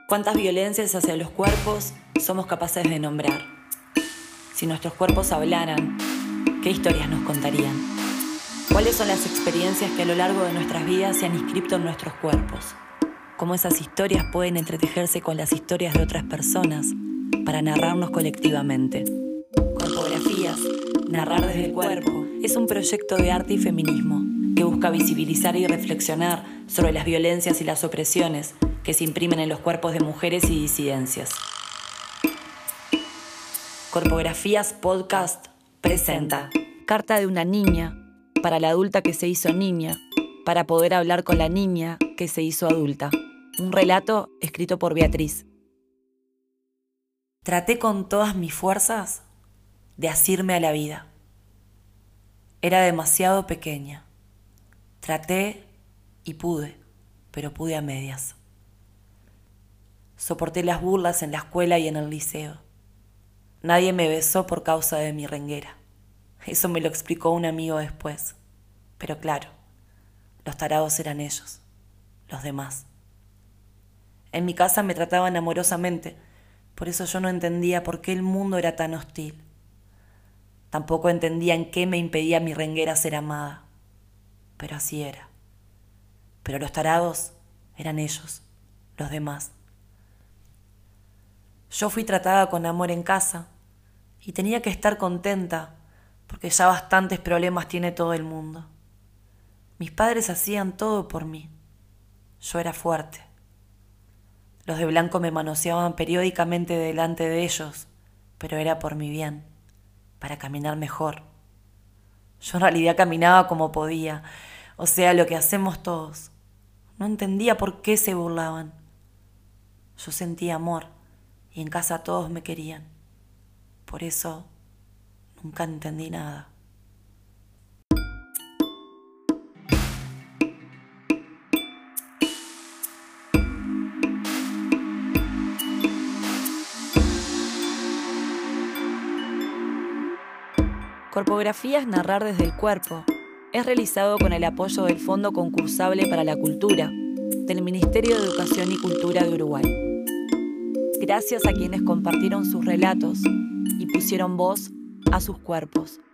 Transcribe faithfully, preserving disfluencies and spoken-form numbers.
¿Cuántas violencias hacia los cuerpos somos capaces de nombrar? Si nuestros cuerpos hablaran, ¿qué historias nos contarían? ¿Cuáles son las experiencias que a lo largo de nuestras vidas se han inscrito en nuestros cuerpos? ¿Cómo esas historias pueden entretejerse con las historias de otras personas para narrarnos colectivamente? Corpografías, narrar desde el cuerpo, es un proyecto de arte y feminismo que busca visibilizar y reflexionar sobre las violencias y las opresiones que se imprimen en los cuerpos de mujeres y disidencias. Corpografías Podcast presenta Carta de una niña para la adulta que se hizo niña, para poder hablar con la niña que se hizo adulta. Un relato escrito por Beatriz. Traté con todas mis fuerzas de asirme a la vida. Era demasiado pequeña. Traté y pude, pero pude a medias. Soporté las burlas en la escuela y en el liceo. Nadie me besó por causa de mi renguera. Eso me lo explicó un amigo después. Pero claro, los tarados eran ellos, los demás. En mi casa me trataban amorosamente, por eso yo no entendía por qué el mundo era tan hostil. Tampoco entendía en qué me impedía mi renguera ser amada. Pero así era. Pero los tarados eran ellos, los demás. Yo fui tratada con amor en casa y tenía que estar contenta porque ya bastantes problemas tiene todo el mundo. Mis padres hacían todo por mí. Yo era fuerte. Los de blanco me manoseaban periódicamente delante de ellos, pero era por mi bien, para caminar mejor. Yo en realidad caminaba como podía, o sea, lo que hacemos todos. No entendía por qué se burlaban. Yo sentía amor y en casa todos me querían. Por eso nunca entendí nada. Corpografías Narrar desde el Cuerpo es realizado con el apoyo del Fondo Concursable para la Cultura del Ministerio de Educación y Cultura de Uruguay. Gracias a quienes compartieron sus relatos y pusieron voz a sus cuerpos.